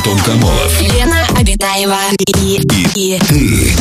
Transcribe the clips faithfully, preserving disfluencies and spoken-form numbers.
Антон Камолов, Лена Обитаева и, и, и ты.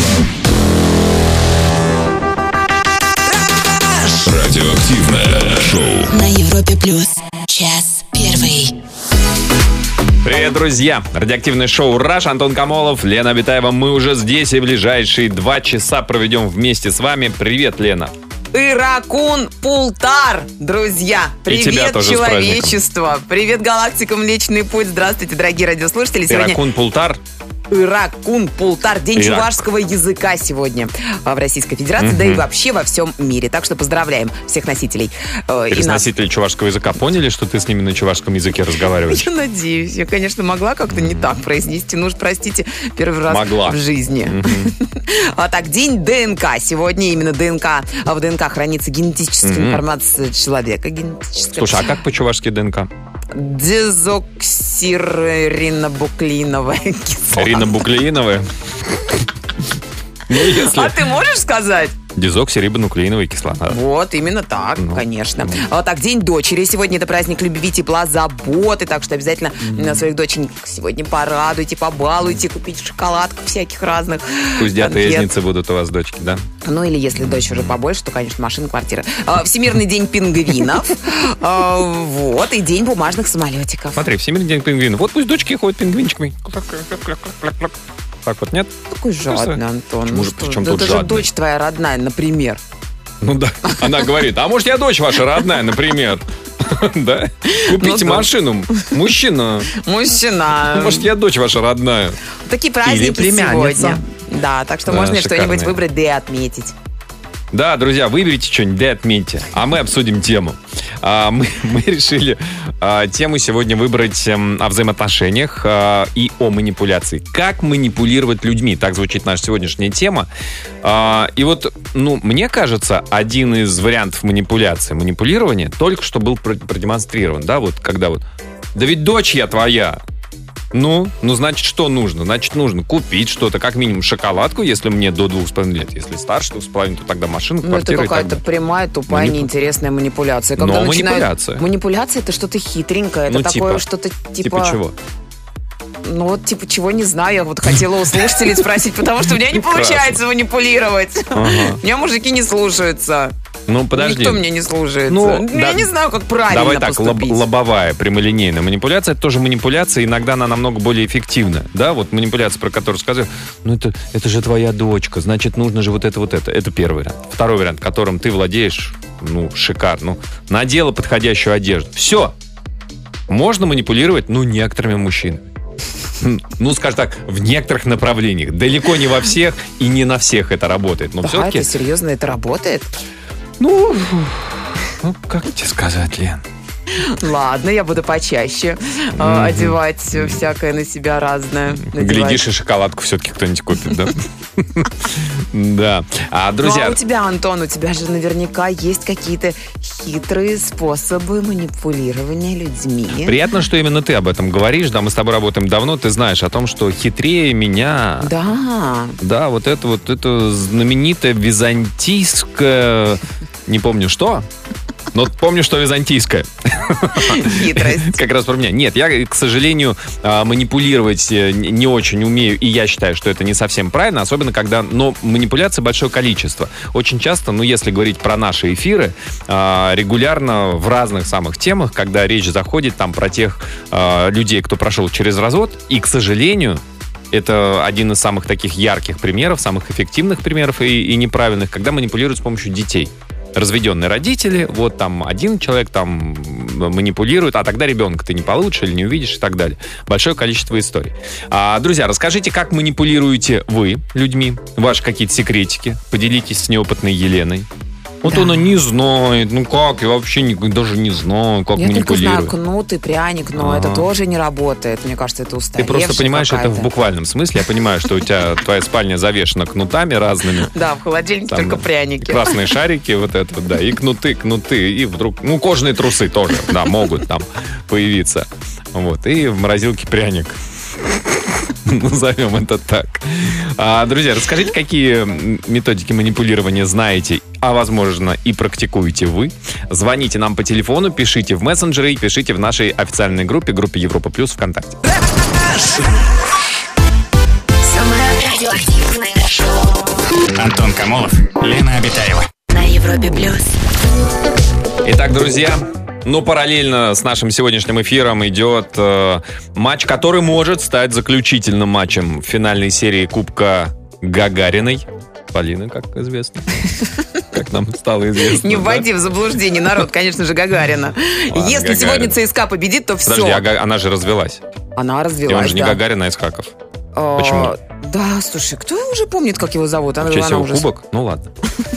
Радиоактивное шоу на Европе Плюс. Час первый. Привет, друзья! Радиоактивное шоу «Раш», Антон Камолов, Лена Обитаева. Мы уже здесь и ближайшие два часа проведем вместе с вами. Привет, Лена! Иракун Пултар, друзья! Привет, человечество! Привет, галактика Млечный Путь! Здравствуйте, дорогие радиослушатели! Сегодня... Иракун Пултар? Иракун Пултар. День Ирак. чувашского языка сегодня в Российской Федерации, угу. да и вообще во всем мире. Так что поздравляем всех носителей. Ты и носители нас... чувашского языка поняли, что ты с ними на чувашском языке разговариваешь? Я надеюсь. Я, конечно, могла как-то mm-hmm. не так произнести. Ну уж, простите, первый раз могла. в жизни. Mm-hmm. А так, день ДНК. Сегодня именно ДНК. В ДНК хранится генетическая mm-hmm. информация человека. Генетическая. Слушай, а как по-чувашски ДНК? Дезоксиринобуклеиновая кислота. Ринобуклеиновая? А ты можешь сказать? Дезоксирибонуклеиновая кислота. Вот, именно так, ну, конечно. Ну. Вот так, День дочери. Сегодня это праздник любви, тепла, заботы. Так что обязательно mm-hmm. своих доченек сегодня порадуйте, побалуйте, купите шоколадку всяких разных. Пусть диатезницы будут у вас дочки, да? Ну, или если дочь уже побольше, то, конечно, машина, квартира. Всемирный день пингвинов. Вот, и день бумажных самолетиков. Смотри, Всемирный день пингвинов. Вот пусть дочки ходят пингвинчиками. Так вот, нет? Такой жадный, Антон. Ну, может, причем да, тут даже жадный? Дочь твоя родная, например. Ну да, она говорит, а может, я дочь ваша родная, например? Да? Купите машину, мужчина. Мужчина. Может, я дочь ваша родная. Такие праздники сегодня. Да, так что можно что-нибудь выбрать, да и отметить. Да, друзья, выберите что-нибудь, да и отметьте. А мы обсудим тему. А, мы, мы решили а, тему сегодня выбрать а, о взаимоотношениях а, и о манипуляции. Как манипулировать людьми? Так звучит наша сегодняшняя тема. А, и вот, ну, мне кажется, один из вариантов манипуляции, манипулирования только что был продемонстрирован. Да, вот когда вот, да ведь дочь я твоя. Ну, ну, значит, что нужно? Значит, нужно купить что-то, как минимум шоколадку, если мне до двух с половиной лет. Если старше двух с половиной, то тогда машину, квартиру. Ну, это какая-то прямая, тупая, Манипу... неинтересная манипуляция. Когда Но начинают... манипуляция. Манипуляция — это что-то хитренькое. Это ну, такое типа, что-то типа... Типа чего? Ну, вот, типа, чего не знаю. Я вот хотела у слушателей спросить, потому что у меня не получается манипулировать. У меня мужики не слушаются. Ну, подожди. Никто мне не слушается. Ну, я да, не знаю, как правильно давай так, поступить. Лоб, лобовая, прямолинейная манипуляция — это тоже манипуляция, иногда она намного более эффективна. Да, вот манипуляция, про которую сказали, ну, это, это же твоя дочка, значит, нужно же вот это, вот это. Это первый вариант. Второй вариант, которым ты владеешь, ну, шикарно. Ну, надела подходящую одежду. Все. Можно манипулировать, ну, некоторыми мужчинами. Ну, скажем так, в некоторых направлениях. Далеко не во всех и не на всех это работает. Но да, все-таки... это серьезно, это работает? Ну, ну, как тебе сказать, Лен? Ладно, я буду почаще mm-hmm. одевать всякое на себя разное. Глядишь, и шоколадку все-таки кто-нибудь купит, да? Да. А, друзья... Ну, а у тебя, Антон, у тебя же наверняка есть какие-то хитрые способы манипулирования людьми. Приятно, что именно ты об этом говоришь. Да, мы с тобой работаем давно. Ты знаешь о том, что хитрее меня... Да. Да, вот это вот, это знаменитое византийское... Не помню что... Но помню, что византийская. Хитрость. Как раз про меня. Нет, я, к сожалению, манипулировать не очень умею, и я считаю, что это не совсем правильно, особенно когда, но манипуляций большое количество. Очень часто, ну, если говорить про наши эфиры, регулярно в разных самых темах, когда речь заходит там про тех людей, кто прошел через развод, и, к сожалению, это один из самых таких ярких примеров, самых эффективных примеров и, и неправильных, когда манипулируют с помощью детей. Разведенные родители, вот там один человек там манипулирует, а тогда ребенка ты не получишь или не увидишь и так далее. Большое количество историй. А, друзья, расскажите, как манипулируете вы людьми, ваши какие-то секретики, поделитесь с неопытной Еленой. Вот да. Она не знает, ну как, я вообще не, даже не знаю, как я манипулировать. Я только знаю кнут и пряник, но ага. это тоже не работает. Мне кажется, это устаревшая. Ты просто понимаешь какая-то. Это в буквальном смысле. Я понимаю, что у тебя твоя спальня завешена кнутами разными. Да, в холодильнике только пряники. Красные шарики, вот это вот, да, и кнуты, кнуты, и вдруг, ну, кожаные трусы тоже, да, могут там появиться. Вот, и в морозилке пряник. Назовем это так. А, друзья, расскажите, какие методики манипулирования знаете, а возможно и практикуете вы. Звоните нам по телефону, пишите в мессенджеры и пишите в нашей официальной группе, группе Европа Плюс ВКонтакте. Самое радиоактивное шоу Антон Камолов, Лена Обитаева. на Европе плюс. Итак, друзья, ну, параллельно с нашим сегодняшним эфиром идет э, матч, который может стать заключительным матчем финальной серии Кубка Гагариной. Полины, как известно. Как нам стало известно. Не вводи в заблуждение народ, конечно же, Гагарина. Если сегодня ЦСКА победит, то все. Подожди, а она же развелась. Она И развелась, он же не да. Гагарин, а Исхаков. А, Почему? Да, слушай, кто уже помнит, как его зовут? Она, В честь она его уже- кубок? Ну, ладно.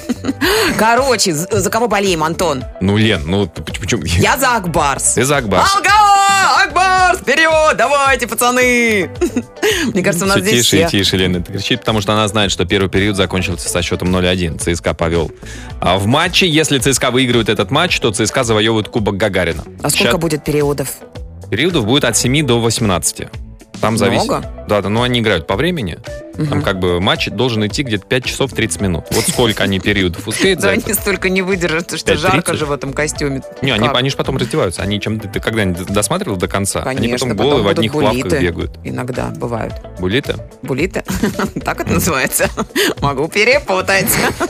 Короче, за за кого болеем, Антон? Ну, Лен, ну, ты почему? Я за Акбарс. Ты за Акбарс. Алга! Акбарс! Вперед! Давайте, пацаны! Мне кажется, у нас Все здесь тише и все. тише Лена это кричит, потому что она знает, что первый период закончился со счетом ноль один. ЦСКА повел. А в матче, если ЦСКА выигрывает этот матч, то ЦСКА завоевывает Кубок Гагарина. А сколько Щас будет периодов? периодов будет от семи до восемнадцати. Там зависит. Много? Да, да, но они играют по времени. Там как бы матч должен идти где-то пять часов тридцать минут. Вот сколько они периодов успеют за Да, это? они столько не выдержат, потому что пять жарко тридцать? же в этом костюме. Не, они, Как? они же потом раздеваются. Они чем-то... Ты когда-нибудь досматривал до конца? они Конечно, потом голые в будут одних плавках булиты. бегают. Иногда бывают. Булиты? Булиты? Так это называется? Могу перепутать.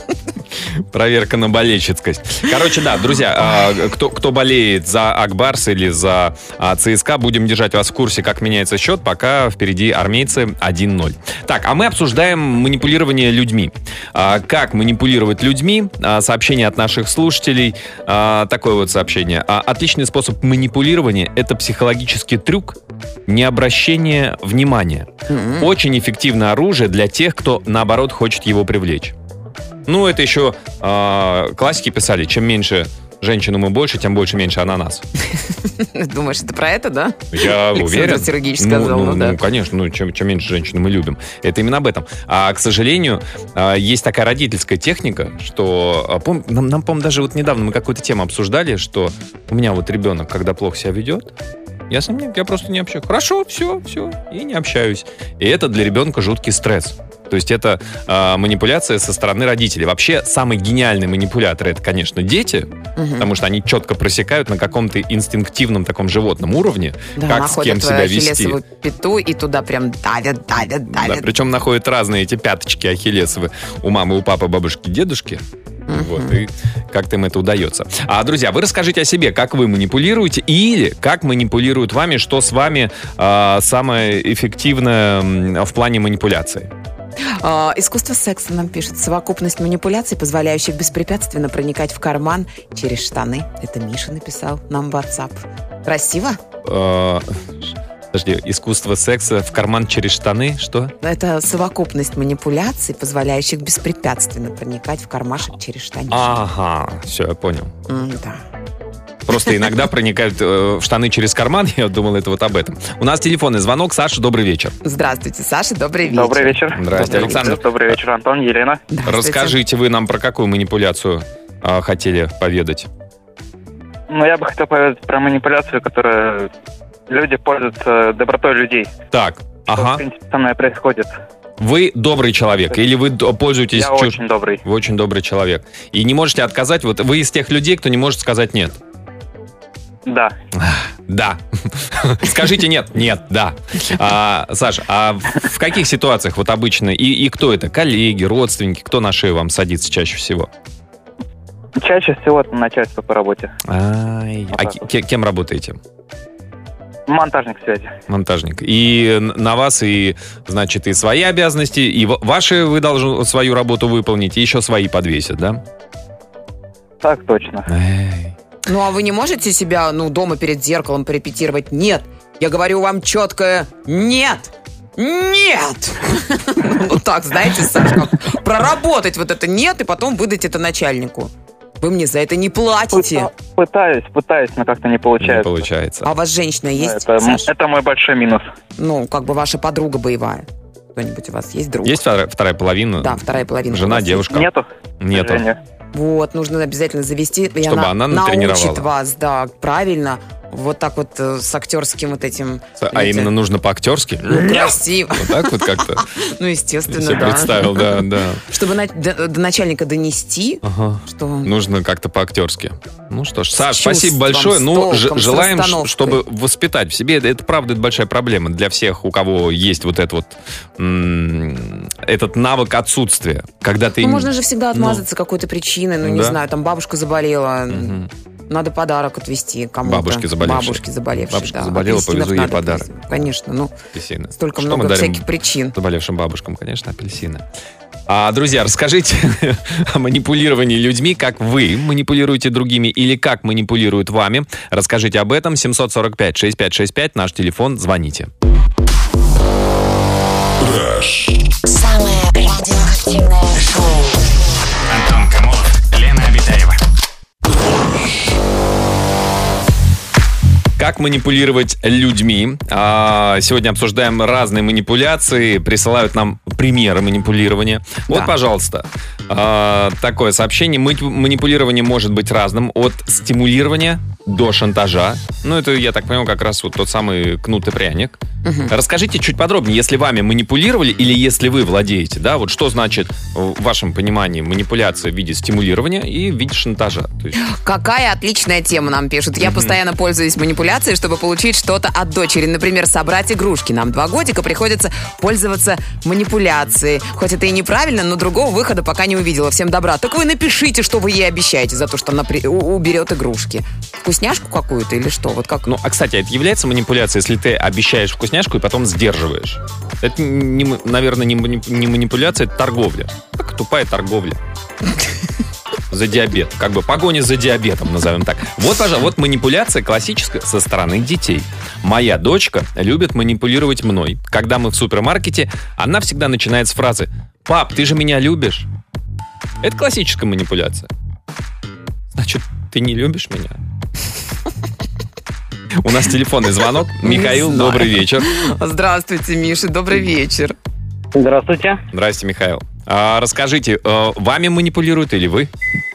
Проверка на болельщицкость. Короче, да, друзья, а, кто, кто болеет за Акбарс или за а, ЦСКА, будем держать вас в курсе, как меняется счет, пока впереди армейцы один ноль. Так, а мы обсуждаем манипулирование людьми. А, как манипулировать людьми? А, сообщение от наших слушателей. А, такое вот сообщение. А, отличный способ манипулирования — это психологический трюк необращения внимания. Очень эффективное оружие для тех, кто, наоборот, хочет его привлечь. Ну, это еще э, классики писали. Чем меньше женщину мы больше, тем больше меньше она нас. Думаешь, это про это, да? Я Александр уверен. Сергеевич Ну, сказал, ну, ну да. ну, конечно, ну, чем, чем меньше женщину мы любим. Это именно об этом. А, к сожалению, э, есть такая родительская техника, что... э, пом- нам, нам, по-моему, даже вот недавно мы какую-то тему обсуждали, что у меня вот ребенок, когда плохо себя ведет, я сам не, я просто не общаюсь. Хорошо, все, все, и не общаюсь. И это для ребенка жуткий стресс. То есть это э, манипуляция со стороны родителей. Вообще, самый гениальный манипулятор — это, конечно, дети, Мгм. потому что они четко просекают на каком-то инстинктивном таком животном уровне, Да, как с кем находят себя вести. ахиллесову пяту и туда прям давят, давят, Да, давят. причем находят разные эти пяточки ахиллесовы у мамы, у папы, бабушки, дедушки. Вот, и как-то им это удается. А, друзья, вы расскажите о себе, как вы манипулируете или как манипулируют вами, что с вами а, самое эффективное м, в плане манипуляции. А, искусство секса нам пишет. Совокупность манипуляций, позволяющих беспрепятственно проникать в карман через штаны. Это Миша написал нам в WhatsApp. Красиво? А, Подожди, искусство секса в карман через штаны, что? Это совокупность манипуляций, позволяющих беспрепятственно проникать в кармашек через штанишки. Ага, все, я понял. М, да. Просто иногда проникают э, в штаны через карман, я думал, это вот об этом. У нас телефонный звонок. Саша, добрый вечер. Здравствуйте, Саша, добрый вечер. Добрый вечер. Здрасте, Добрый Александр. Добрый вечер, Антон, Елена. Здравствуйте. Расскажите вы нам, про какую манипуляцию а, хотели поведать. Ну, я бы хотел поведать про манипуляцию, которая люди пользуются добротой людей. Так, Что, в ага. принципе, со мной происходит. Вы добрый человек или вы д- пользуетесь... Я чуж- очень добрый. Вы очень добрый человек. И не можете отказать, вот вы из тех людей, кто не может сказать «нет». Да. Да. Скажите «нет». Нет, да. А, Саш, а в- в каких ситуациях вот обычно, и, и кто это? Коллеги, родственники, кто на шею вам садится чаще всего? Чаще всего это начальство по работе. Ай, а Вот ке- так ке- кем работаете? Монтажник связи. Монтажник. И н- на вас и, значит, и свои обязанности, и в- ваши вы должны свою работу выполнить, и еще свои подвесят, да? Так точно. Эй. Ну, а вы не можете себя, ну, дома перед зеркалом порепетировать? Нет. Я говорю вам четкое «нет». Нет! Ну так, знаете, Сашка, проработать вот это «нет» и потом выдать это начальнику. Вы мне за это не платите. Пытаюсь, пытаюсь, но как-то не Не получается. получается. А у вас женщина есть, это, Саш? это мой большой минус. Ну, как бы ваша подруга боевая. Кто-нибудь у вас есть друг? Есть вторая, вторая половина? Да, вторая половина. Жена, у вас есть? девушка? Нету? к Нету. сожалению. Вот, нужно обязательно завести. И Чтобы она натренировала. научит вас, да, правильно вот так вот э, с актерским вот этим... А знаете, именно нужно по-актерски? красиво. Вот так вот как-то? Ну, естественно, Себе да. представил, да, да. Чтобы на- до, до начальника донести, Ага. что... Нужно как-то по-актерски. Ну что ж, Саш, чувством, спасибо большое. с Ну, ж- толком, с желаем, ш- расстановкой. чтобы воспитать в себе. Это, это, правда, это большая проблема для всех, у кого есть вот этот вот м- этот навык отсутствия. Когда ты... Ну, можно же всегда отмазаться какой-то причиной, ну, не Да. знаю, там бабушка заболела, Мгм. надо подарок отвести кому-то. Бабушке заболевшей. Бабушке заболевшей, Бабушка да. заболела, Апельсинов повезу ей надо подарок. отвезти. Конечно, ну, Апельсины. столько Что много мы дарим всяких причин. заболевшим бабушкам, конечно, апельсины. А, друзья, расскажите о манипулировании людьми, как вы манипулируете другими или как манипулируют вами. Расскажите об этом. семьсот сорок пять шестьдесят пять шестьдесят пять, наш телефон, звоните. Самое радиоактивное шоу. Антон Камолов, Лена Обитаева. Как манипулировать людьми? А, Сегодня обсуждаем разные манипуляции. Присылают нам примеры манипулирования. Вот, Да. пожалуйста, а, такое сообщение. Мани- Манипулирование может быть разным. От стимулирования до шантажа. Ну, это, я так понимаю, как раз вот тот самый кнут и пряник. Расскажите чуть подробнее, если вами манипулировали или если вы владеете, да, вот что значит в вашем понимании манипуляция в виде стимулирования и в виде шантажа? То есть, Какая отличная тема, нам пишут. Я постоянно пользуюсь манипуляцией, чтобы получить что-то от дочери. Например, собрать игрушки. Нам два годика, приходится пользоваться манипуляцией. Хоть это и неправильно, но другого выхода пока не увидела. Всем добра. Так вы напишите, что вы ей обещаете за то, что она при- у- уберет игрушки. Вкусняшку какую-то или что? Вот как? ну, а, кстати, это является манипуляцией, если ты обещаешь вкусняшку и потом сдерживаешь? Это, не м- наверное, не, мани- не манипуляция, это торговля. Как тупая торговля. За диабет. Как бы погоня за диабетом, назовем так. Вот, пожалуйста, вот манипуляция классическая со стороны детей. Моя дочка любит манипулировать мной. Когда мы в супермаркете, она всегда начинает с фразы: «Пап, ты же меня любишь». Это классическая манипуляция. Значит, ты не любишь меня? У нас телефонный звонок. Михаил, Не знаю. добрый вечер. Здравствуйте, Миша, добрый вечер. Здравствуйте. Здрасте, Михаил. А, расскажите, э, вами манипулируют или вы?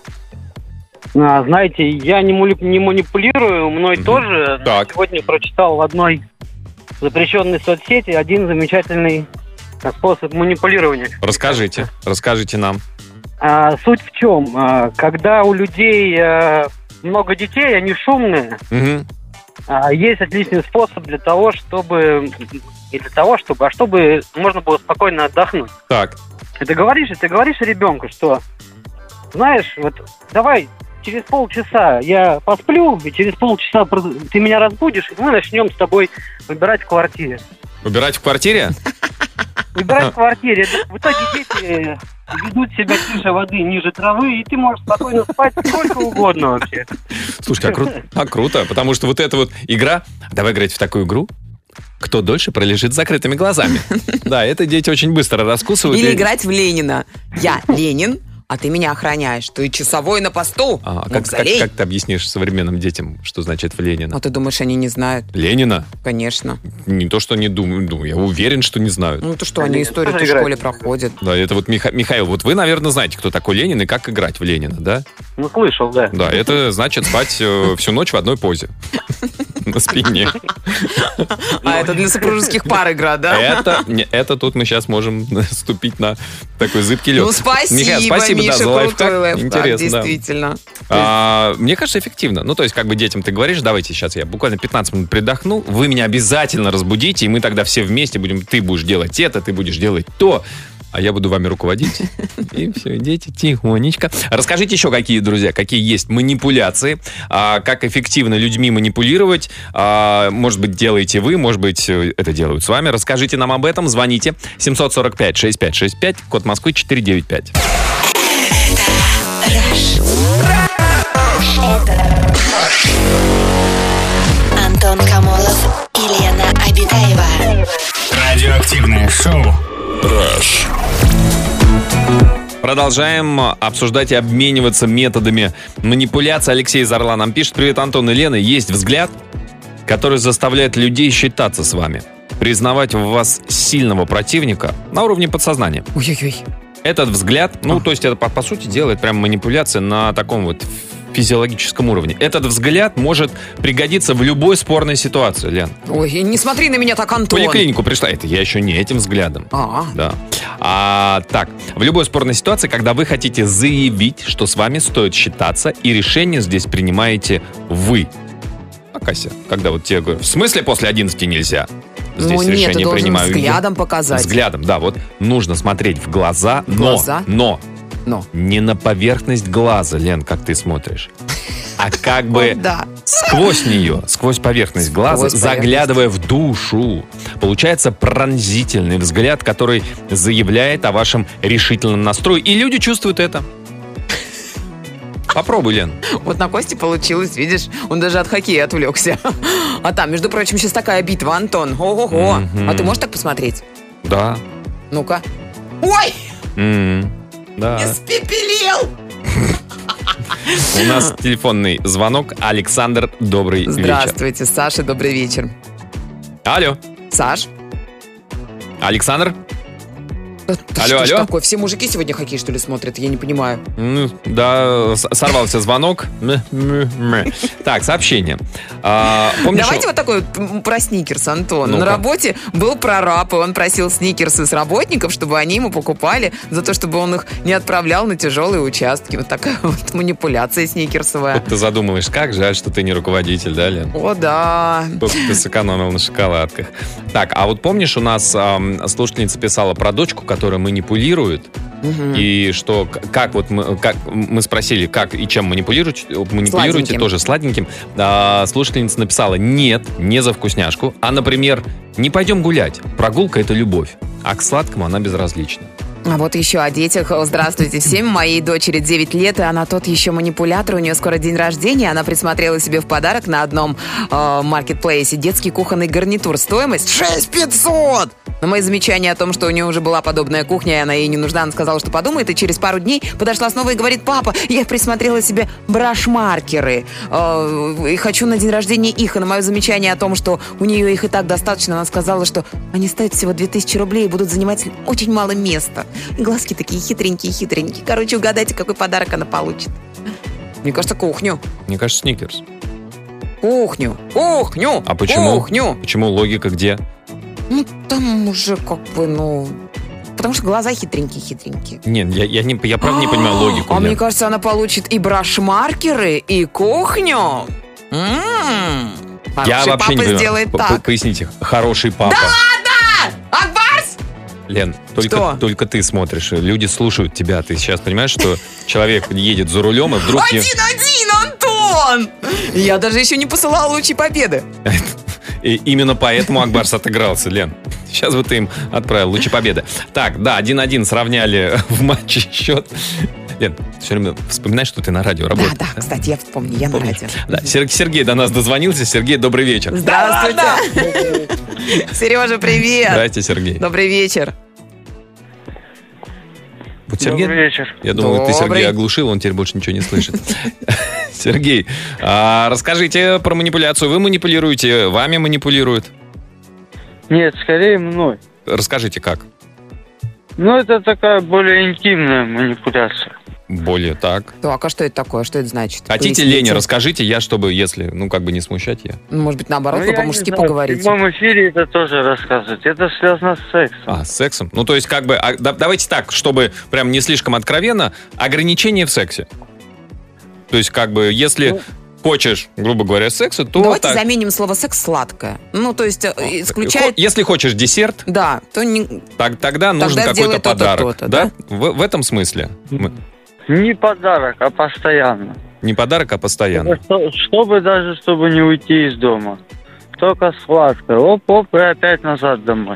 А, знаете, я не, мули- не манипулирую, мной Мгм. тоже. Но Так. сегодня прочитал в одной запрещенной соцсети один замечательный а, способ манипулирования. Расскажите, расскажите нам. А, суть в чем? А, когда у людей а, много детей, они шумные, Мгм. а, есть отличный способ для того, чтобы... И для того, чтобы... А чтобы можно было спокойно отдохнуть. Так, И ты говоришь, и ты говоришь ребенку, что, знаешь, вот давай через полчаса я посплю, и через полчаса проз- ты меня разбудишь, и мы начнем с тобой выбирать в квартире. убирать в квартире? Выбирать в квартире. В итоге дети ведут себя тише воды, ниже травы, и ты можешь спокойно спать сколько угодно вообще. Слушайте, а, кру- а круто, потому что вот эта вот игра, давай играть в такую игру, кто дольше пролежит с закрытыми глазами. Да, это дети очень быстро раскусывают. Или И- играть в Ленина. Я Ленин, а ты меня охраняешь. Ты часовой на посту. А, как, как, Мавзолей. как ты объяснишь современным детям, что значит в Ленина? А ты думаешь, они не знают? Ленина? Конечно. Не то, что не думаю, думаю, я уверен, что не знают. Ну то что, они историю в Тоже играть. школе проходят. Да, это вот Миха- Михаил, вот вы, наверное, знаете, кто такой Ленин и как играть в Ленина, да? Ну, слышал, да. Да, это значит спать э, всю ночь в одной позе. На спине. А это для супружеских пар игра, да? Это, не, это тут мы сейчас можем ступить на такой зыбкий лед. Ну, спасибо, Михаил, спасибо, Миша, да, за крутой лайфхак. лайфхак, Интересно, да. действительно. А, мне кажется, эффективно. Ну, то есть, как бы детям ты говоришь, давайте сейчас я буквально пятнадцать минут придохну, вы меня обязательно разбудите, и мы тогда все вместе будем, ты будешь делать это, ты будешь делать то, а я буду вами руководить. И все, дети, тихонечко. Расскажите еще, какие, друзья, какие есть манипуляции, а, как эффективно людьми манипулировать. А, может быть, делаете вы, может быть, это делают с вами. Расскажите нам об этом, звоните. семьсот сорок пять шестьдесят пять шестьдесят пять, код Москвы четыреста девяносто пять. Антон Камолов и Лена Обитаева. Радиоактивное шоу. Продолжаем обсуждать и обмениваться методами манипуляции. Алексей из Орла нам пишет: привет, Антон и Лена. Есть взгляд, который заставляет людей считаться с вами, признавать в вас сильного противника на уровне подсознания. Ой-ой-ой. Этот взгляд, ну, то есть это, по, по сути, делает прям манипуляция на таком вот физиологическом уровне. Этот взгляд может пригодиться в любой спорной ситуации, Лен. Ой, не смотри на меня так, В Антон. поликлинику пришла. Это я еще не этим взглядом. А, Да. А, так, в любой спорной ситуации, когда вы хотите заявить, что с вами стоит считаться, и решение здесь принимаете вы. А, Кася, когда вот тебе говорят, в смысле после одиннадцати нельзя? Здесь ну нет, ты решение должен принимаю я. взглядом показать. Взглядом, да, вот нужно смотреть в глаза, В но, глаза? но Но. не на поверхность глаза, Лен, как ты смотришь, а как бы Да. сквозь нее, сквозь поверхность глаза, Сквозь заглядывая в душу. Получается пронзительный взгляд, который заявляет о вашем решительном настрое. И люди чувствуют это. Попробуй, Лен. Вот на Косте получилось, видишь, он даже от хоккея отвлекся. А там, между прочим, сейчас такая битва, Антон. Ого-го. Мгм. А ты можешь так посмотреть? Да. Ну-ка. Ой, М, Да. испепелил! У нас телефонный звонок. Александр, добрый вечер. Здравствуйте, Саша, добрый вечер. Алло. Саш? Александр? Да Алло, что ж алло. такое? Все мужики сегодня хоккей, что ли, смотрят? Я не понимаю. Ну, да, с- сорвался звонок. Мэ, мэ, мэ. Так, сообщение. А, помнишь, Давайте вот такой вот м, про сникерс, Антон. Ну-ка. На работе был прораб, и он просил сникерсы с работников, чтобы они ему покупали за то, чтобы он их не отправлял на тяжелые участки. Вот такая вот манипуляция сникерсовая. вот ты задумываешь, как жаль, что ты не руководитель, да, Лен? О, да. Сколько ты сэкономил на шоколадках. Так, а вот помнишь, у нас ам, слушательница писала про дочку, которая манипулирует, Мгм. и что, к- как вот мы, как, мы спросили, как и чем манипулируете, манипулируете, Сладеньким. тоже сладеньким. А, слушательница написала, нет, не за вкусняшку, а, например, не пойдем гулять. Прогулка — это любовь, а к сладкому она безразлична. А вот еще о детях. Здравствуйте всем. Моей дочери девять лет, и она тот еще манипулятор. У нее скоро день рождения. Она присмотрела себе в подарок на одном э, маркетплейсе детский кухонный гарнитур. Стоимость шесть тысяч пятьсот! На мои замечания о том, что у нее уже была подобная кухня, и она ей не нужна, она сказала, что подумает, и через пару дней подошла снова и говорит: папа, я присмотрела себе браш-маркеры, э, и хочу на день рождения их. И на мое замечание о том, что у нее их и так достаточно, она сказала, что они стоят всего две тысячи рублей и будут занимать очень мало места. И глазки такие хитренькие-хитренькие. Короче, угадайте, какой подарок она получит. Мне кажется, кухню. Мне кажется, сникерс. Кухню. Кухню. А почему? Кухню. Почему логика где? Ну, там уже как бы, ну... Потому что глаза хитренькие-хитренькие. Нет, я, я, не, я правда не понимаю логику. А Лен. мне кажется, она получит и браш-маркеры, и кухню. М-м. Я Хороший вообще не папа понимаю. сделает П- п- так. Поясните, хороший папа. Акбарс! Лен, только, Что? только ты смотришь, люди слушают тебя. Ты сейчас понимаешь, что человек едет за рулем, и вдруг... е- Один-один, Антон! Я даже еще не посылала лучи победы. И именно поэтому Акбарс отыгрался, Лен. Сейчас бы ты им отправил лучи победы. Так, да, один-один сравняли в матче счет. Лен, все время вспоминай, что ты на радио Да, работаешь. да, кстати, я вспомню, я на Помнишь? радио. Да, Сер- Сергей до нас дозвонился. Сергей, добрый вечер. Здравствуйте. Сережа, привет. Здрасте, Сергей. Добрый вечер. Вот Сергей, Добрый вечер. я думал, ты Добрый. Сергея оглушил, он теперь больше ничего не слышит. Сергей, а расскажите про манипуляцию. Вы манипулируете, вами манипулируют? Нет, скорее мной. Расскажите, как? Ну, это такая более интимная манипуляция. Более так. Так, а что это такое? Что это значит? Хотите, Поясните. Лене, расскажите, я, чтобы, если, ну, как бы не смущать я. Ну, может быть, наоборот, Ну, вы я не по-мужски знаю, В поговорите. прямом эфире это тоже рассказывать. Это связано с сексом. А, с сексом? Ну, то есть, как бы, а, да- давайте так, чтобы прям не слишком откровенно, ограничение в сексе. То есть, как бы, если хочешь, грубо говоря, секса, то Давайте так. заменим слово секс сладкое. Ну, то есть, э, исключает... Хо- Если хочешь десерт, Да, то не... так, тогда нужен Тогда какой-то сделай то-то, подарок. то-то, да? В, в этом смысле. Мы- Не подарок, а постоянно. Не подарок, а постоянно. Что- Чтобы даже, чтобы не уйти из дома. Только сладкое. Оп-оп, и опять назад домой.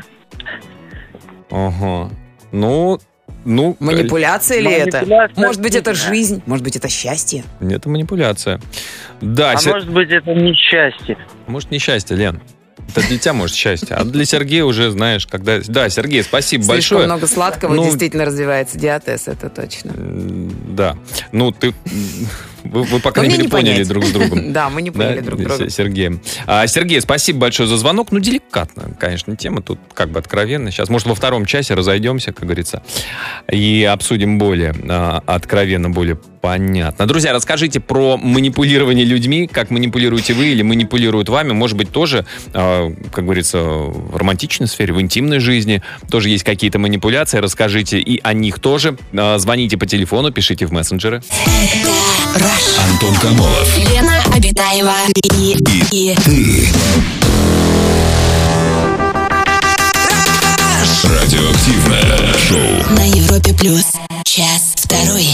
Ага. Ну, ну, Манипуляция ли это? Манипуляция Может быть, это сильная. жизнь? Может быть, это счастье? э, это манипуляция. Да, А Се- может быть, это несчастье. может, несчастье, Лен. Это для тебя, может, счастье. А для Сергея уже, знаешь, когда... Да, Сергей, спасибо Слишком большое. много сладкого, Ну, действительно развивается диатез, это точно. М, Да. Ну, ты... Вы, вы по Но крайней мне мере, не поняли понять. друг с другом. Да, мы не поняли друг друга. С Сергеем. А, Сергей, спасибо большое за звонок. Ну, деликатно, конечно, тема тут как бы откровенная. Сейчас, может, во втором часе разойдемся, как говорится, и обсудим более а, откровенно, более понятно. Друзья, расскажите про манипулирование людьми, как манипулируете вы или манипулируют вами. Может быть, тоже, а, как говорится, в романтичной сфере, в интимной жизни тоже есть какие-то манипуляции. Расскажите и о них тоже. А, звоните по телефону, пишите в мессенджеры. Антон Камолов. Лена Обитаева и, и, и. Радиоактивное шоу. На Европе плюс. Час второй.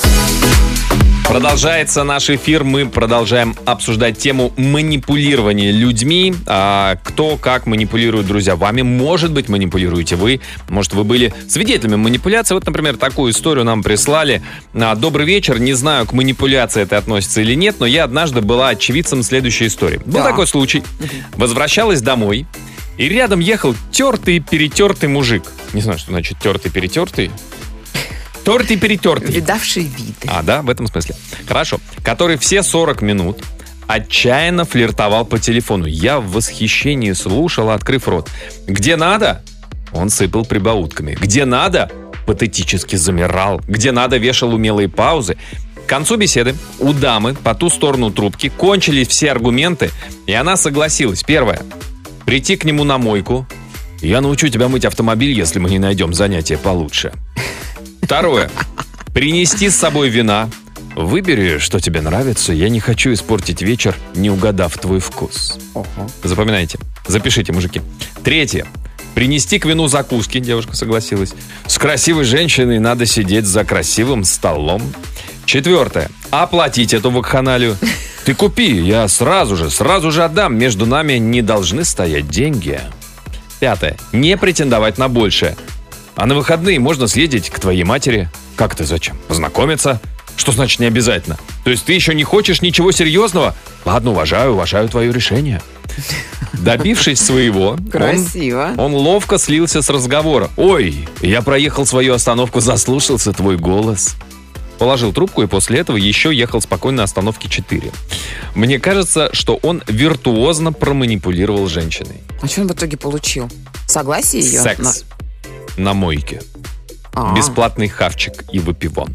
Продолжается наш эфир. Мы продолжаем обсуждать тему манипулирования людьми. А, кто как манипулирует, друзья, вами. Может быть, манипулируете вы. Может, вы были свидетелями манипуляции. Вот, например, такую историю нам прислали. А, Добрый вечер. Не знаю, к манипуляции это относится или нет, но я однажды была очевидцем следующей истории. Был Да. такой случай. Возвращалась домой, и рядом ехал тертый-перетертый мужик. Не знаю, что значит тертый-перетертый. Тертый-перетертый. Видавший виды. А, да, в этом смысле. Хорошо. Который все сорок минут отчаянно флиртовал по телефону. Я в восхищении слушал, открыв рот. Где надо, он сыпал прибаутками. Где надо, патетически замирал. Где надо, вешал умелые паузы. К концу беседы у дамы по ту сторону трубки кончились все аргументы, и она согласилась. Первое. Прийти к нему на мойку. Я научу тебя мыть автомобиль, если мы не найдем занятие получше. Второе. Принести с собой вина. Выбери, что тебе нравится. Я не хочу испортить вечер, не угадав твой вкус. Ого. Запоминайте. Запишите, мужики. Третье. Принести к вину закуски. Девушка согласилась. С красивой женщиной надо сидеть за красивым столом. Четвертое. Оплатить эту вакханалию. Ты купи, я сразу же, сразу же отдам. Между нами не должны стоять деньги. Пятое. Не претендовать на большее. А на выходные можно съездить к твоей матери. Как ты зачем? Познакомиться? Что значит не обязательно? То есть ты еще не хочешь ничего серьезного? Ладно, уважаю, уважаю твое решение. Добившись своего, Красиво. Он, он ловко слился с разговора. Ой, я проехал свою остановку, заслушался твой голос. Положил трубку и после этого еще ехал спокойно на остановке четыре. Мне кажется, что он виртуозно проманипулировал женщиной. А что он в итоге получил? Согласие ее? Секс. На мойке. А. Бесплатный хавчик и выпивон.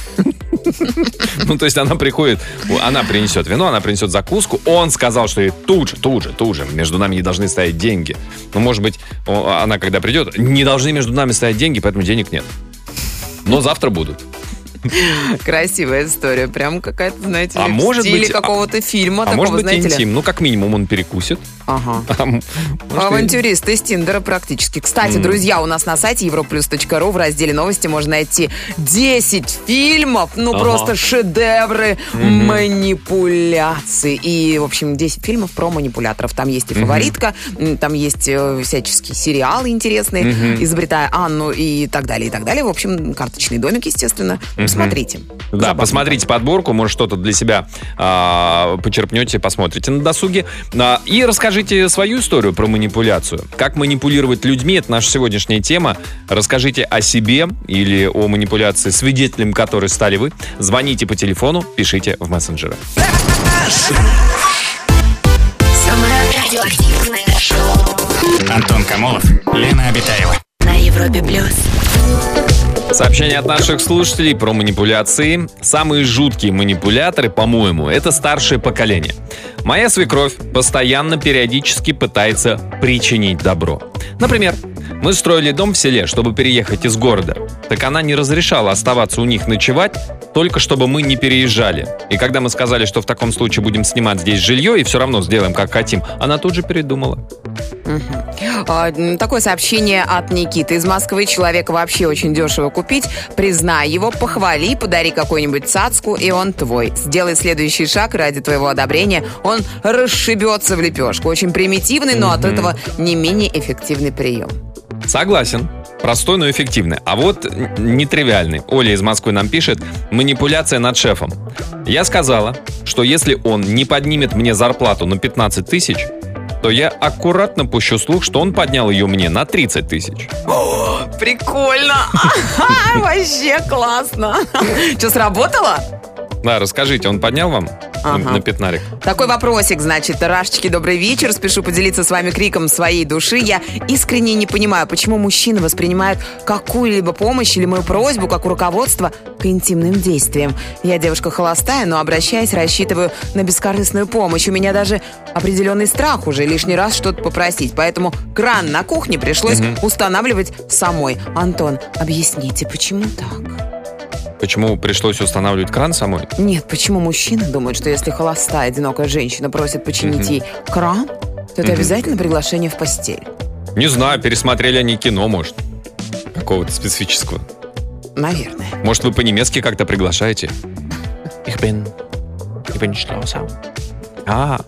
Ну, то есть она приходит, она принесет вино, она принесет закуску. Он сказал, что ей тут же, тут же, тут же между нами не должны стоять деньги. Ну, может быть, она когда придет, не должны между нами стоять деньги, поэтому денег нет. Но завтра будут. Красивая история. Прям какая-то, знаете, А в может стиле быть, какого-то фильма. А такого, может быть, знаете ли. интим. Ну, как минимум, он перекусит. Ага. А, может, Авантюрист из Тиндера практически. Кстати, М. друзья, у нас на сайте европлюс точка ру в разделе новости можно найти десять фильмов, ну Ага. просто шедевры манипуляций. И, в общем, десять фильмов про манипуляторов. Там есть и «Фаворитка», м, там есть э, всяческие сериалы интересные, Мгм. «Изобретая Анну» и так далее, и так далее. В общем, «Карточный домик», естественно. Мгм. Смотрите. Да, Забавно. посмотрите подборку, может, что-то для себя а, почерпнете, посмотрите на досуге. А, и расскажите свою историю про манипуляцию. Как манипулировать людьми, это наша сегодняшняя тема. Расскажите о себе или о манипуляции, свидетелем которой стали вы. Звоните по телефону, пишите в мессенджеры. Самое радиоактивное шоу Антон Камолов, Лена Обитаева. на Европе плюс. Сообщение от наших слушателей про манипуляции. Самые жуткие манипуляторы, по-моему, это старшее поколение. Моя свекровь постоянно, периодически пытается причинить добро. Например, мы строили дом в селе, чтобы переехать из города. Так она не разрешала оставаться у них ночевать, только чтобы мы не переезжали. И когда мы сказали, что в таком случае будем снимать здесь жилье и все равно сделаем, как хотим, она тут же передумала. А, м, Такое сообщение от Никиты из Москвы. Человека вообще очень дешево купить. Признай его, похвали, подари какую-нибудь цацку, и он твой. Сделай следующий шаг ради твоего одобрения. Он расшибется в лепешку. Очень примитивный, но от этого не менее эффективный прием. Согласен. Простой, но эффективный. А вот нетривиальный. Оля из Москвы нам пишет: манипуляция над шефом. Я сказала, что если он не поднимет мне зарплату на пятнадцать тысяч, то я аккуратно пущу слух, что он поднял ее мне на тридцать тысяч. Прикольно! Вообще классно! Что, сработало? Да, расскажите, он поднял вам Ага. на, на пятнарик? Такой вопросик, значит. Рашечки, добрый вечер. Спешу поделиться с вами криком своей души. Я искренне не понимаю, почему мужчины воспринимают какую-либо помощь или мою просьбу как руководство к интимным действиям. Я девушка холостая, но обращаясь, рассчитываю на бескорыстную помощь. У меня даже определенный страх уже лишний раз что-то попросить. Поэтому кран на кухне пришлось Мгм. устанавливать самой. Антон, объясните, почему так? Почему пришлось устанавливать кран самой? Нет, почему мужчины думают, что если холостая, одинокая женщина просит починить Мгм. ей кран, то это Мгм. обязательно приглашение в постель? Не знаю, пересмотрели они кино, может, какого-то специфического. Наверное. Может, вы по-немецки как-то приглашаете? Ich bin... Ich bin Schlosser. А.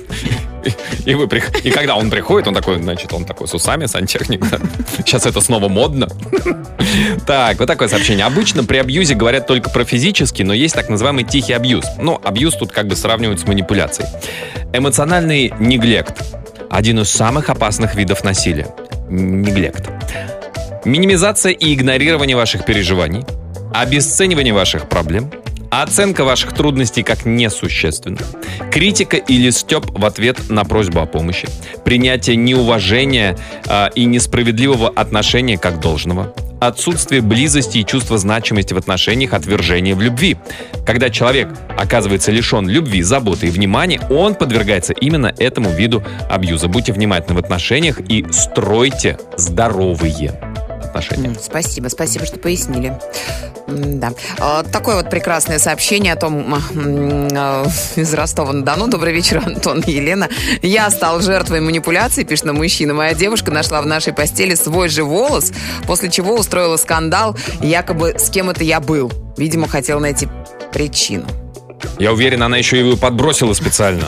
И, вы, прих- и когда он приходит, он такой, значит, он такой с усами, сантехник. Да? Сейчас это снова модно. Так, вот такое сообщение. Обычно при абьюзе говорят только про физический, но есть так называемый тихий абьюз. Ну, абьюз тут как бы сравнивают с манипуляцией. Эмоциональный неглект. Один из самых опасных видов насилия. Неглект. Минимизация и игнорирование ваших переживаний. Обесценивание ваших проблем. Оценка ваших трудностей как несущественных. Критика или стёб в ответ на просьбу о помощи. Принятие неуважения э, и несправедливого отношения как должного. Отсутствие близости и чувства значимости в отношениях, отвержение в любви. Когда человек оказывается лишен любви, заботы и внимания, он подвергается именно этому виду абьюза. Будьте внимательны в отношениях и стройте здоровые отношения. М, Спасибо, спасибо, что пояснили. М, Да. А, Такое вот прекрасное сообщение о том м, э, из Ростова-на-Дону. Добрый вечер, Антон и Елена. Я стал жертвой манипуляций, пишет нам мужчина. Моя девушка нашла в нашей постели свой же волос, после чего устроила скандал, якобы с кем это я был. Видимо, хотел найти причину. Я уверен, она еще его подбросила специально.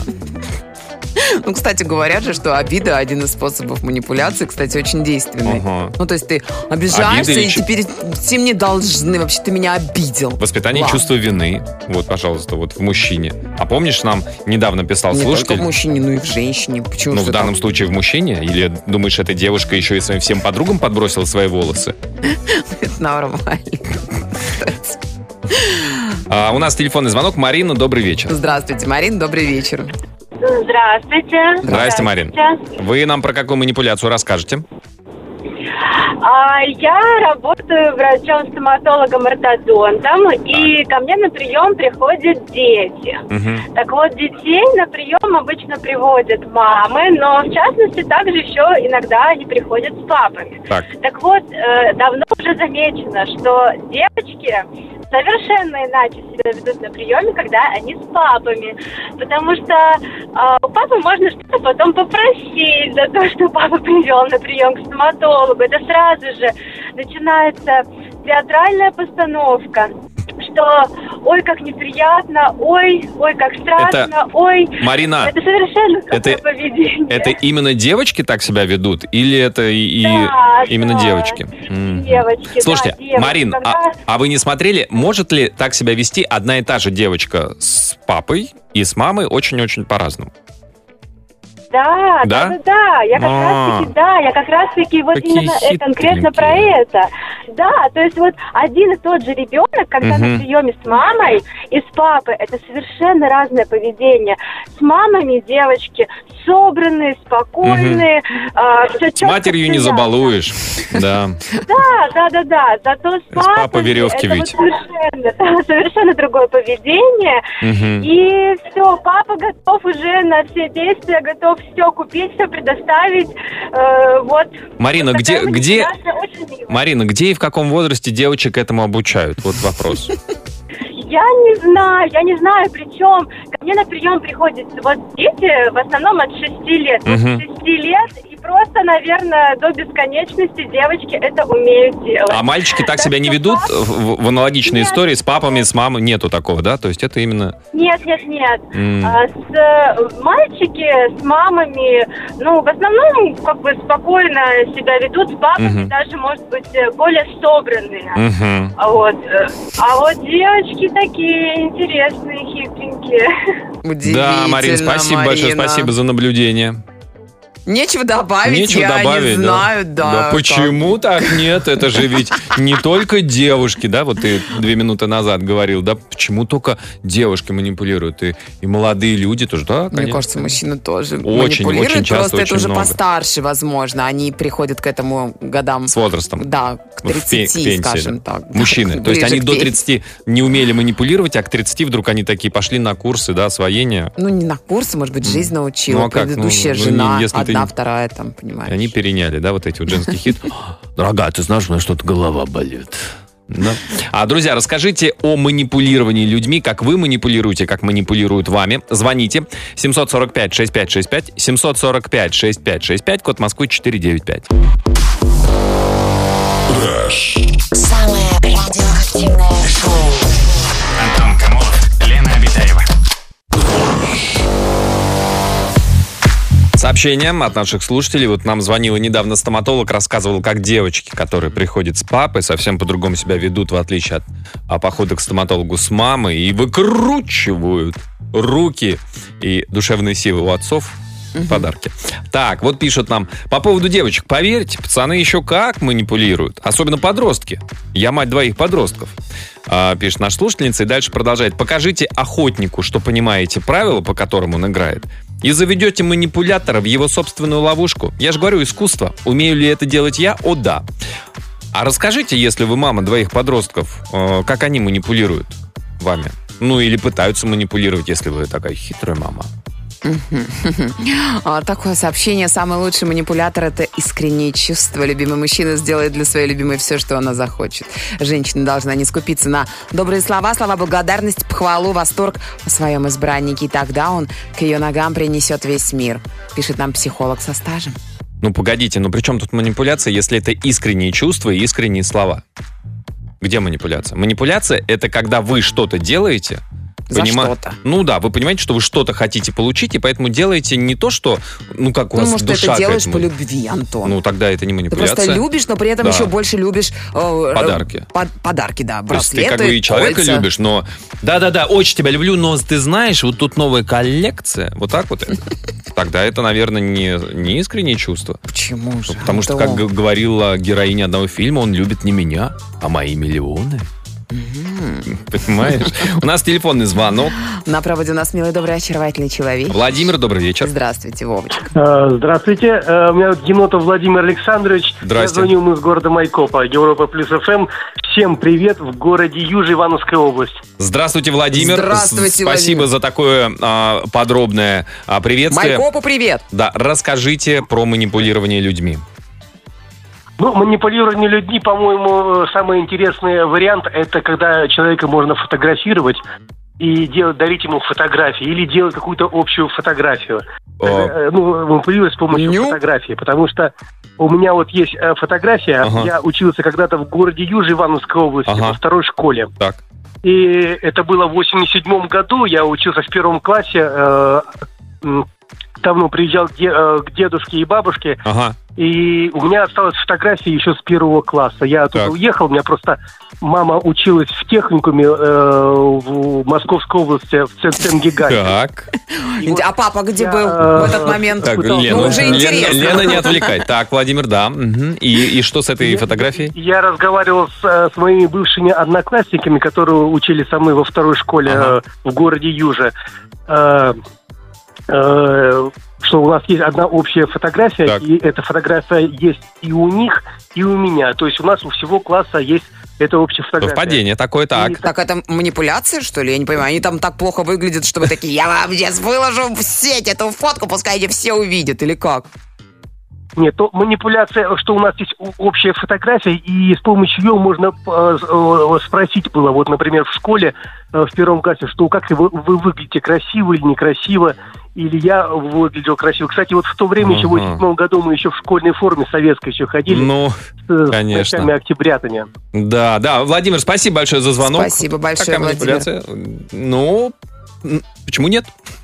Ну, кстати, говорят же, что обида один из способов манипуляции, кстати, очень действенный. Ага. Ну, то есть ты обижаешься, Обида или и чу- теперь все мне должны. Вообще, ты меня обидел. Воспитание Ладно. чувства вины. Вот, пожалуйста, вот в мужчине. А помнишь, нам недавно писал Не только слушатель? в мужчине, но и в женщине. Почему Ну, же в данном так? случае в мужчине? Или думаешь, эта девушка еще и своим всем подругам подбросила свои волосы? Это нормально. Кстати. А, у нас телефонный звонок. Марина, добрый вечер. Здравствуйте, Марин, добрый вечер. Здравствуйте. Здрасте, Марин. Вы нам про какую манипуляцию расскажете? А, я работаю врачом-стоматологом-ортодонтом, и ко мне на прием приходят дети. Мгм. Так вот, детей на прием обычно приводят мамы, но в частности также еще иногда они приходят с папами. Так. Так вот, э, давно уже замечено, что девочки совершенно иначе себя ведут на приеме, когда они с папами. Потому что э, у папы можно что-то потом попросить за то, что папа привел на прием к стоматологу. Это сразу же начинается театральная постановка, что ой, как неприятно, ой, ой, как страшно, Это- ой. Марина, Это совершенно другое это- поведение. Это именно девочки так себя ведут? Или это и, и Да, именно да. девочки? М. Девочки, Слушайте, да, девочки, Марин, когда- а, а вы не смотрели, может ли так себя вести одна и та же девочка с папой и с мамой очень-очень по-разному? Да, Да? да, да, да. Я как А. раз таки, да, я как раз таки вот Какие именно э, конкретно про это. Да, то есть вот один и тот же ребенок, когда Мгм. на приеме с мамой и с папой, это совершенно разное поведение. С мамами девочки собранные, спокойные, а, всё С чётко, матерью всё не ясно. забалуешь. Да. Да, да, да, да. Зато с папой папой веревки это вот ведь. совершенно, да, совершенно другое поведение. Мгм. И все, папа готов уже на все действия, готов все купить, все предоставить. Э, вот. Марина, Вот где, такая где, манипуляция очень милая. Марина, где и в каком возрасте девочек этому обучают? Вот вопрос. Я не знаю, я не знаю, причем ко мне на прием приходят вот дети в основном от шести лет. Вот Мгм. с шести лет и просто, наверное, до бесконечности девочки это умеют делать. А мальчики так себя не что ведут пап- в, в аналогичной Нет. истории с папами, с мамой? Нету такого, да? То есть это именно... Нет, нет, нет. М. А, с э, мальчики, с мамами, ну, в основном, как бы, спокойно себя ведут, с папами Мгм. даже, может быть, э, более собранные. Мгм. А вот, э, а вот девочки такие интересные, хитренькие. Да, Марин, спасибо большое, Марина. спасибо за наблюдение. Нечего добавить, Нечего я добавить, не да. знаю, да. Да почему так? Нет, это же ведь не только девушки, да, вот ты две минуты назад говорил, да, почему только девушки манипулируют, и, и молодые люди тоже, да, конечно. Мне кажется, мужчины тоже Очень, манипулируют, очень часто, просто это очень уже много. постарше, возможно, они приходят к этому годам. С возрастом. Да, к В пе- тридцати, к пенсии, скажем да. так. Мужчины. Да, То есть ближе они к до пенсии. тридцати не умели манипулировать, а к тридцати вдруг они такие пошли на курсы, да, освоения. Ну, не на курсы, может быть, жизнь научила, Ну, а как? предыдущая Ну, ну, жена, не- если ты одна, не- вторая, там, понимаешь. И они переняли, да, вот эти вот женские хит. Дорогая, ты знаешь, у меня что-то голова болит. Да. А, друзья, расскажите о манипулировании людьми, как вы манипулируете, как манипулируют вами. Звоните семь四пять шесть пять шесть пять, семь四пять шесть пять шесть пять, код Москвы четыре девять пять. Самое радиоактивное шоу. Антон Камолов, Лена Обитаева. Сообщение от наших слушателей. Вот нам звонила недавно стоматолог, рассказывал, как девочки, которые приходят с папой, совсем по-другому себя ведут, в отличие от а, похода к стоматологу с мамой, и выкручивают руки и душевные силы у отцов. Подарки. Так, вот пишут нам. По поводу девочек. Поверьте, пацаны еще как манипулируют. Особенно подростки. Я мать двоих подростков. А, пишет наш слушательница и дальше продолжает. Покажите охотнику, что понимаете правила, по которым он играет, и заведете манипулятора в его собственную ловушку. Я же говорю, искусство. Умею ли это делать я? О, да. А расскажите, если вы мама двоих подростков, э, как они манипулируют вами? Ну, или пытаются манипулировать, если вы такая хитрая мама. А, Такое сообщение. Самый лучший манипулятор — это искренние чувства. Любимый мужчина сделает для своей любимой все, что она захочет. Женщина должна не скупиться на добрые слова, слова благодарности, похвалу, восторг о своем избраннике. И тогда он к ее ногам принесет весь мир. Пишет нам психолог со стажем. Ну, погодите, ну при чем тут манипуляция, если это искренние чувства и искренние слова? Где манипуляция? Манипуляция — это когда вы что-то делаете... За Понима- что-то. Ну да, вы понимаете, что вы что-то хотите получить, и поэтому делаете не то, что, ну как у Ну, вас может, душа ты это к делаешь этому. по любви, Антон. Ну тогда это не Ты манипуляция. просто любишь, но при этом Да. еще больше любишь... э, Подарки. э, под- подарки, да. То есть ты Браслеты, как бы и человека кольца. любишь, но... Да-да-да, очень тебя люблю, но ты знаешь, вот тут новая коллекция. Вот так вот это. Тогда это, наверное, не, не искренние чувства. Почему же? Потому что, как г- говорила героиня одного фильма, он любит не меня, а мои миллионы. Понимаешь? У нас телефонный звонок. На проводе у нас милый, добрый, очаровательный человек. Владимир, добрый вечер. Здравствуйте, Вовочка. Э, Здравствуйте, Э, у меня Енотов Владимир Александрович. Здрасте. Я звоню мы из города Майкопа, Европа Плюс ФМ. Эм. Всем привет в городе Юж, Ивановская область. Здравствуйте, Владимир. Здравствуйте, Спасибо Владимир. за такое а, подробное а, приветствие. Майкопу привет. Да, расскажите про манипулирование людьми. Ну, манипулирование людьми, по-моему, самый интересный вариант – это когда человека можно фотографировать и делать, дарить ему фотографии или делать какую-то общую фотографию. О. Э, Ну, манипулировать с помощью Ню. фотографии, потому что у меня вот есть э, фотография. Ага. Я учился когда-то в городе Юж, Ивановской области, Ага. во второй школе. Так. И это было в восемьдесят седьмом году, я учился в первом классе, э, м, давно приезжал к, де- э, к дедушке и бабушке, Ага. и у меня осталась фотография еще с первого класса. Я оттуда Так. уехал, у меня просто мама училась в техникуме э, в Московской области, в Цен- Ценгигате. Так. И вот А папа где я, был э, в этот момент? Так, Ну, Лена, уже Лена, интересно. Лена, не отвлекай. Так, Владимир, да. Мгм. И, и что с этой Я- фотографией? Я разговаривал с, э, с моими бывшими одноклассниками, которые учились со мной во второй школе Ага. э, в городе Юже. Э, э, что у нас есть одна общая фотография, Так. и эта фотография есть и у них, и у меня. То есть у нас у всего класса есть эта общая фотография. Совпадение такое, так. И- Так это манипуляция, что ли? Я не понимаю. Они там так плохо выглядят, что вы такие, я вам сейчас выложу в сеть эту фотку, пускай они все увидят, или как? Нет, то манипуляция, что у нас есть о- общая фотография, и с помощью ее можно э, с- э, спросить было, вот, например, в школе, э, в первом классе, что как вы, вы выглядите, красиво или некрасиво, или я выглядел красиво. Кстати, вот в то время, еще в Ага. восемьдесят седьмом году, мы еще в школьной форме советской еще ходили, Ну, с, с конечно. ночами-октябрятами. да, да. Владимир, спасибо большое за звонок. Спасибо большое, Такая Владимир. манипуляция. Ну, Почему нет?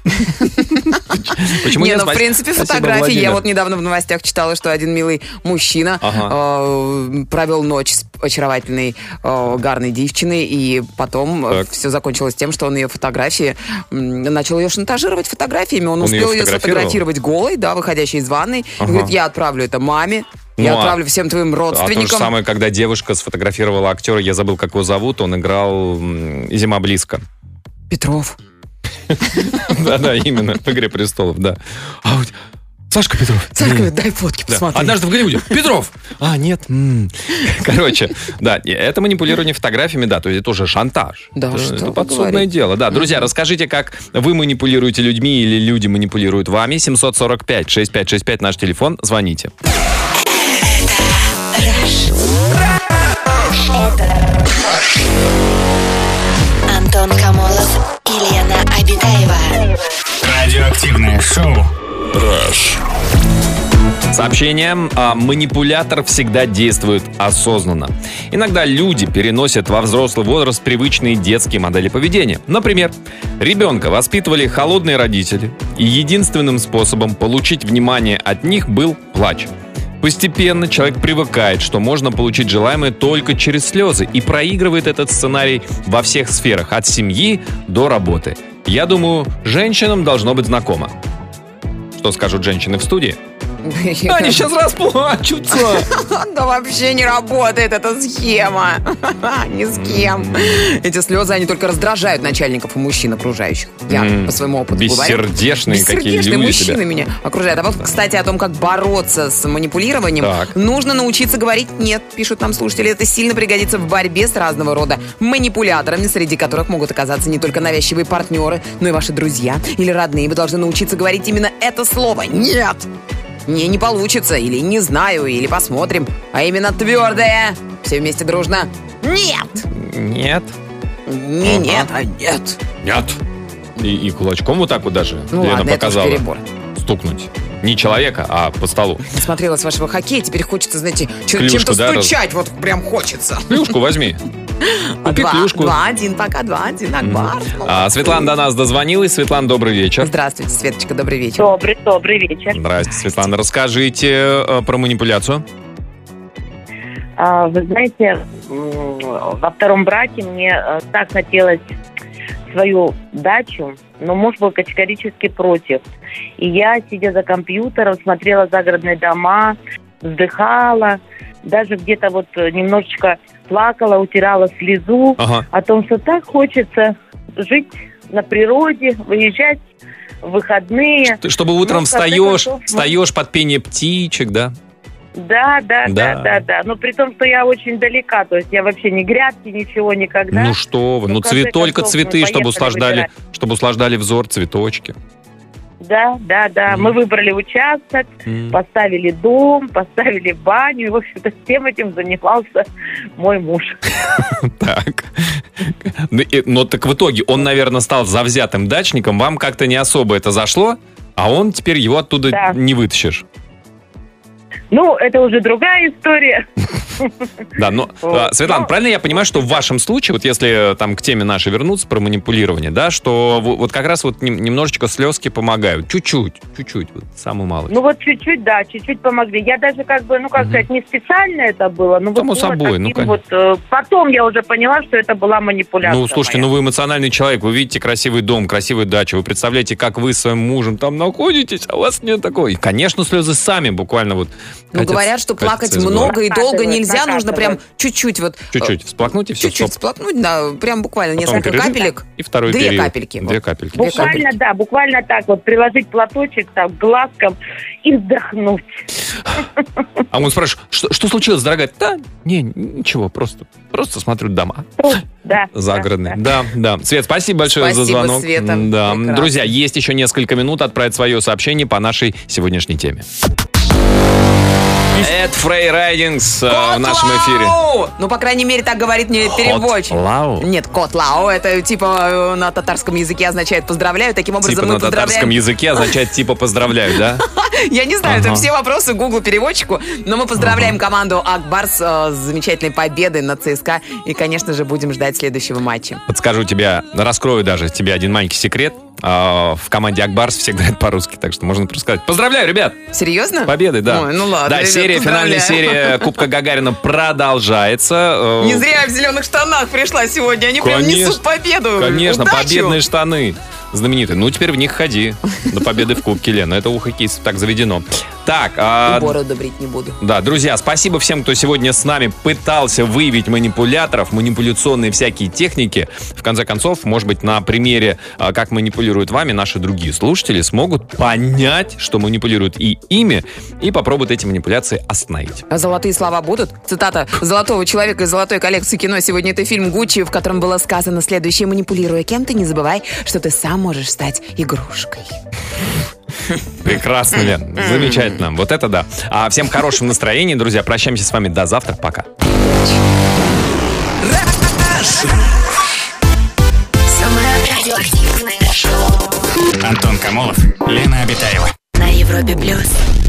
Почему Не, нет? ну, в принципе, Спасибо, фотографии. Владимир. Я вот недавно в новостях читала, что один милый мужчина э, провел ночь с очаровательной э, гарной девчиной, и потом Так. все закончилось тем, что он ее фотографии, м, начал ее шантажировать фотографиями. Он, Он успел ее ее фотографировал? сфотографировать голой, да, выходящей из ванной. Ага. Говорит, я отправлю это маме, я Ну, а- отправлю всем твоим А то же родственникам. самое, когда девушка сфотографировала актера, я забыл, как его зовут, он играл м, «Зима близко». Петров. Да-да, именно, в «Игре престолов», да. А вот Сашка Петров. Сашка, дай фотки Да. посмотри. Однажды в Голливуде. Петров! А, нет. М. Короче, да, и это манипулирование фотографиями, да, то есть это уже шантаж. Да, это, что это вы подсудное говорите. дело. Да, друзья, расскажите, как вы манипулируете людьми или люди манипулируют вами. семьсот сорок пять шестьдесят пять шестьдесят пять наш телефон. Звоните. Антон Камолов и Лена Обитаева. Радиоактивное шоу. Сообщение. А, манипулятор всегда действует осознанно. Иногда люди переносят во взрослый возраст привычные детские модели поведения. Например, ребенка воспитывали холодные родители, и единственным способом получить внимание от них был плач. Постепенно человек привыкает, что можно получить желаемое только через слезы, и проигрывает этот сценарий во всех сферах, от семьи до работы. Я думаю, женщинам должно быть знакомо. Что скажут женщины в студии? Они сейчас расплачутся. Да вообще не работает эта схема. Ни с кем. Эти слезы, они только раздражают начальников и мужчин окружающих. Я М, по своему опыту говорю. бессердечные какие Бессердечные люди мужчины тебя. меня окружают. А вот, кстати, о том, как бороться с манипулированием, Так. нужно научиться говорить «нет», пишут нам слушатели. Это сильно пригодится в борьбе с разного рода манипуляторами, среди которых могут оказаться не только навязчивые партнеры, но и ваши друзья или родные. Вы должны научиться говорить именно это слово «нет». Не, не получится, или не знаю, или посмотрим. А именно твердое. Все вместе дружно. Нет! Нет. Не Ага. нет, а нет. Нет. И, и кулачком вот так вот даже Ну Лена ладно, это уж показала. перебор. Стукнуть. Не человека, а по столу. Смотрела с вашего хоккея, теперь хочется, знаете, чё- Клюшку, чем-то да, раз- стучать, вот прям хочется. Клюшку возьми. Купи Два, клюшку. два, один, пока, два, один, Акбар. А, Светлана до нас дозвонилась. Светлана, добрый вечер. Здравствуйте, Светочка, добрый вечер. Добрый, добрый вечер. Здрасте, Светлана. Расскажите э, про манипуляцию. А, вы знаете, м, во втором браке мне э, так хотелось свою дачу, но муж был категорически против. И я, сидя за компьютером, смотрела загородные дома, вздыхала, даже где-то вот э, немножечко плакала, утирала слезу Ага. о том, что так хочется жить на природе, выезжать в выходные. Ты, чтобы утром Ну, в конце встаешь, концов, мы- встаешь под пение птичек, да? Да, да, Да. да, да, да. Но при том, что я очень далека, то есть я вообще ни грядки, ничего никогда. Ну что вы, Ну, ну в конце цвет, только концов, мы цветы, чтобы поехали услаждали, выбирать. чтобы услаждали взор, цветочки. Да, да, да. Мгм. Мы выбрали участок, М. поставили дом, поставили баню, и, в общем-то, всем этим занимался мой муж. Так. Ну, и- Но так в итоге он, наверное, стал завзятым дачником, вам как-то не особо это зашло, а он теперь его оттуда Да. не вытащишь. Ну, это уже другая история. Да, но, Вот. а, Светлана, Ну, правильно я понимаю, что в вашем случае, вот если э, там к теме нашей вернуться про манипулирование, да, что в- вот как раз вот нем- немножечко слезки помогают, чуть-чуть, чуть-чуть, вот самую малость. Ну вот чуть-чуть, да, чуть-чуть помогли. Я даже как бы, ну как Мгм. сказать, не специально это было, но Само вот было собой, ну, таким конечно. вот, э, потом я уже поняла, что это была манипуляция. Ну, слушайте, моя. ну вы эмоциональный человек, вы видите красивый дом, красивую дачу, вы представляете, как вы с своим мужем там находитесь, а у вас нет такой. И, конечно, слезы сами буквально вот. Ну, катятся- говорят, что катятся плакать из глаз. много и долго Накатывает, нельзя, нужно прям накатывает. чуть-чуть вот... Чуть-чуть всплакнуть и все, Чуть-чуть сплакнуть, да, прям буквально Потом несколько перерыв. капелек. И второй Две период. капельки, Две вот. капельки. Две Буквально, капельки. да, буквально так вот, приложить платочек там к глазкам и вздохнуть. А он спрашивает, что, что случилось, дорогая? Да, не, ничего, просто, просто смотрю дома Да. загородные. Да, да. Свет, спасибо большое за Спасибо, звонок. Света. Да. Прекрасно. Друзья, есть еще несколько минут отправить свое сообщение по нашей сегодняшней теме. Эд Фрей Райдингс в нашем эфире. Лау! Ну, по крайней мере, так говорит мне переводчик. Лау? Нет, кот Лау, это типа на татарском языке означает поздравляю. Таким образом Типа мы на татарском поздравляем. языке означает типа поздравляю, да? Я не знаю, Ага. это все вопросы Гуглу переводчику. Но мы поздравляем команду Акбарс э, с замечательной победой над ЦСКА. И, конечно же, будем ждать следующего матча. Подскажу тебе, раскрою даже тебе один маленький секрет. А, В команде Акбарс все говорят по-русски, так что можно просто сказать: поздравляю, ребят! Серьезно? С победой, да. Ой, ну ладно, Да, ребят, серия, финальная поздравляю. серия Кубка Гагарина продолжается. Э, Не зря я в зеленых штанах пришла сегодня. Они прям Конечно. несут победу. Конечно, Удачу. победные штаны знаменитые. Ну, теперь в них ходи до победы в Кубке, Лена. Это у хоккеистов так заведено. Так, а, И бороду брить не буду. да, друзья, спасибо всем, кто сегодня с нами пытался выявить манипуляторов, манипуляционные всякие техники. В конце концов, может быть, на примере, а, как манипулируют вами, наши другие слушатели смогут понять, что манипулируют и ими, и попробуют эти манипуляции остановить. А золотые слова будут? Цитата золотого человека из золотой коллекции кино. Сегодня это фильм «Гуччи», в котором было сказано следующее: манипулируя кем-то, не забывай, что ты сам можешь стать игрушкой. Прекрасно, Лен. Замечательно. Вот это да. А всем хорошего настроения, друзья. Прощаемся с вами до завтра. Пока. Самое радиоактивное шоу Антон Камолов, Лена Обитаева. на Европе плюс.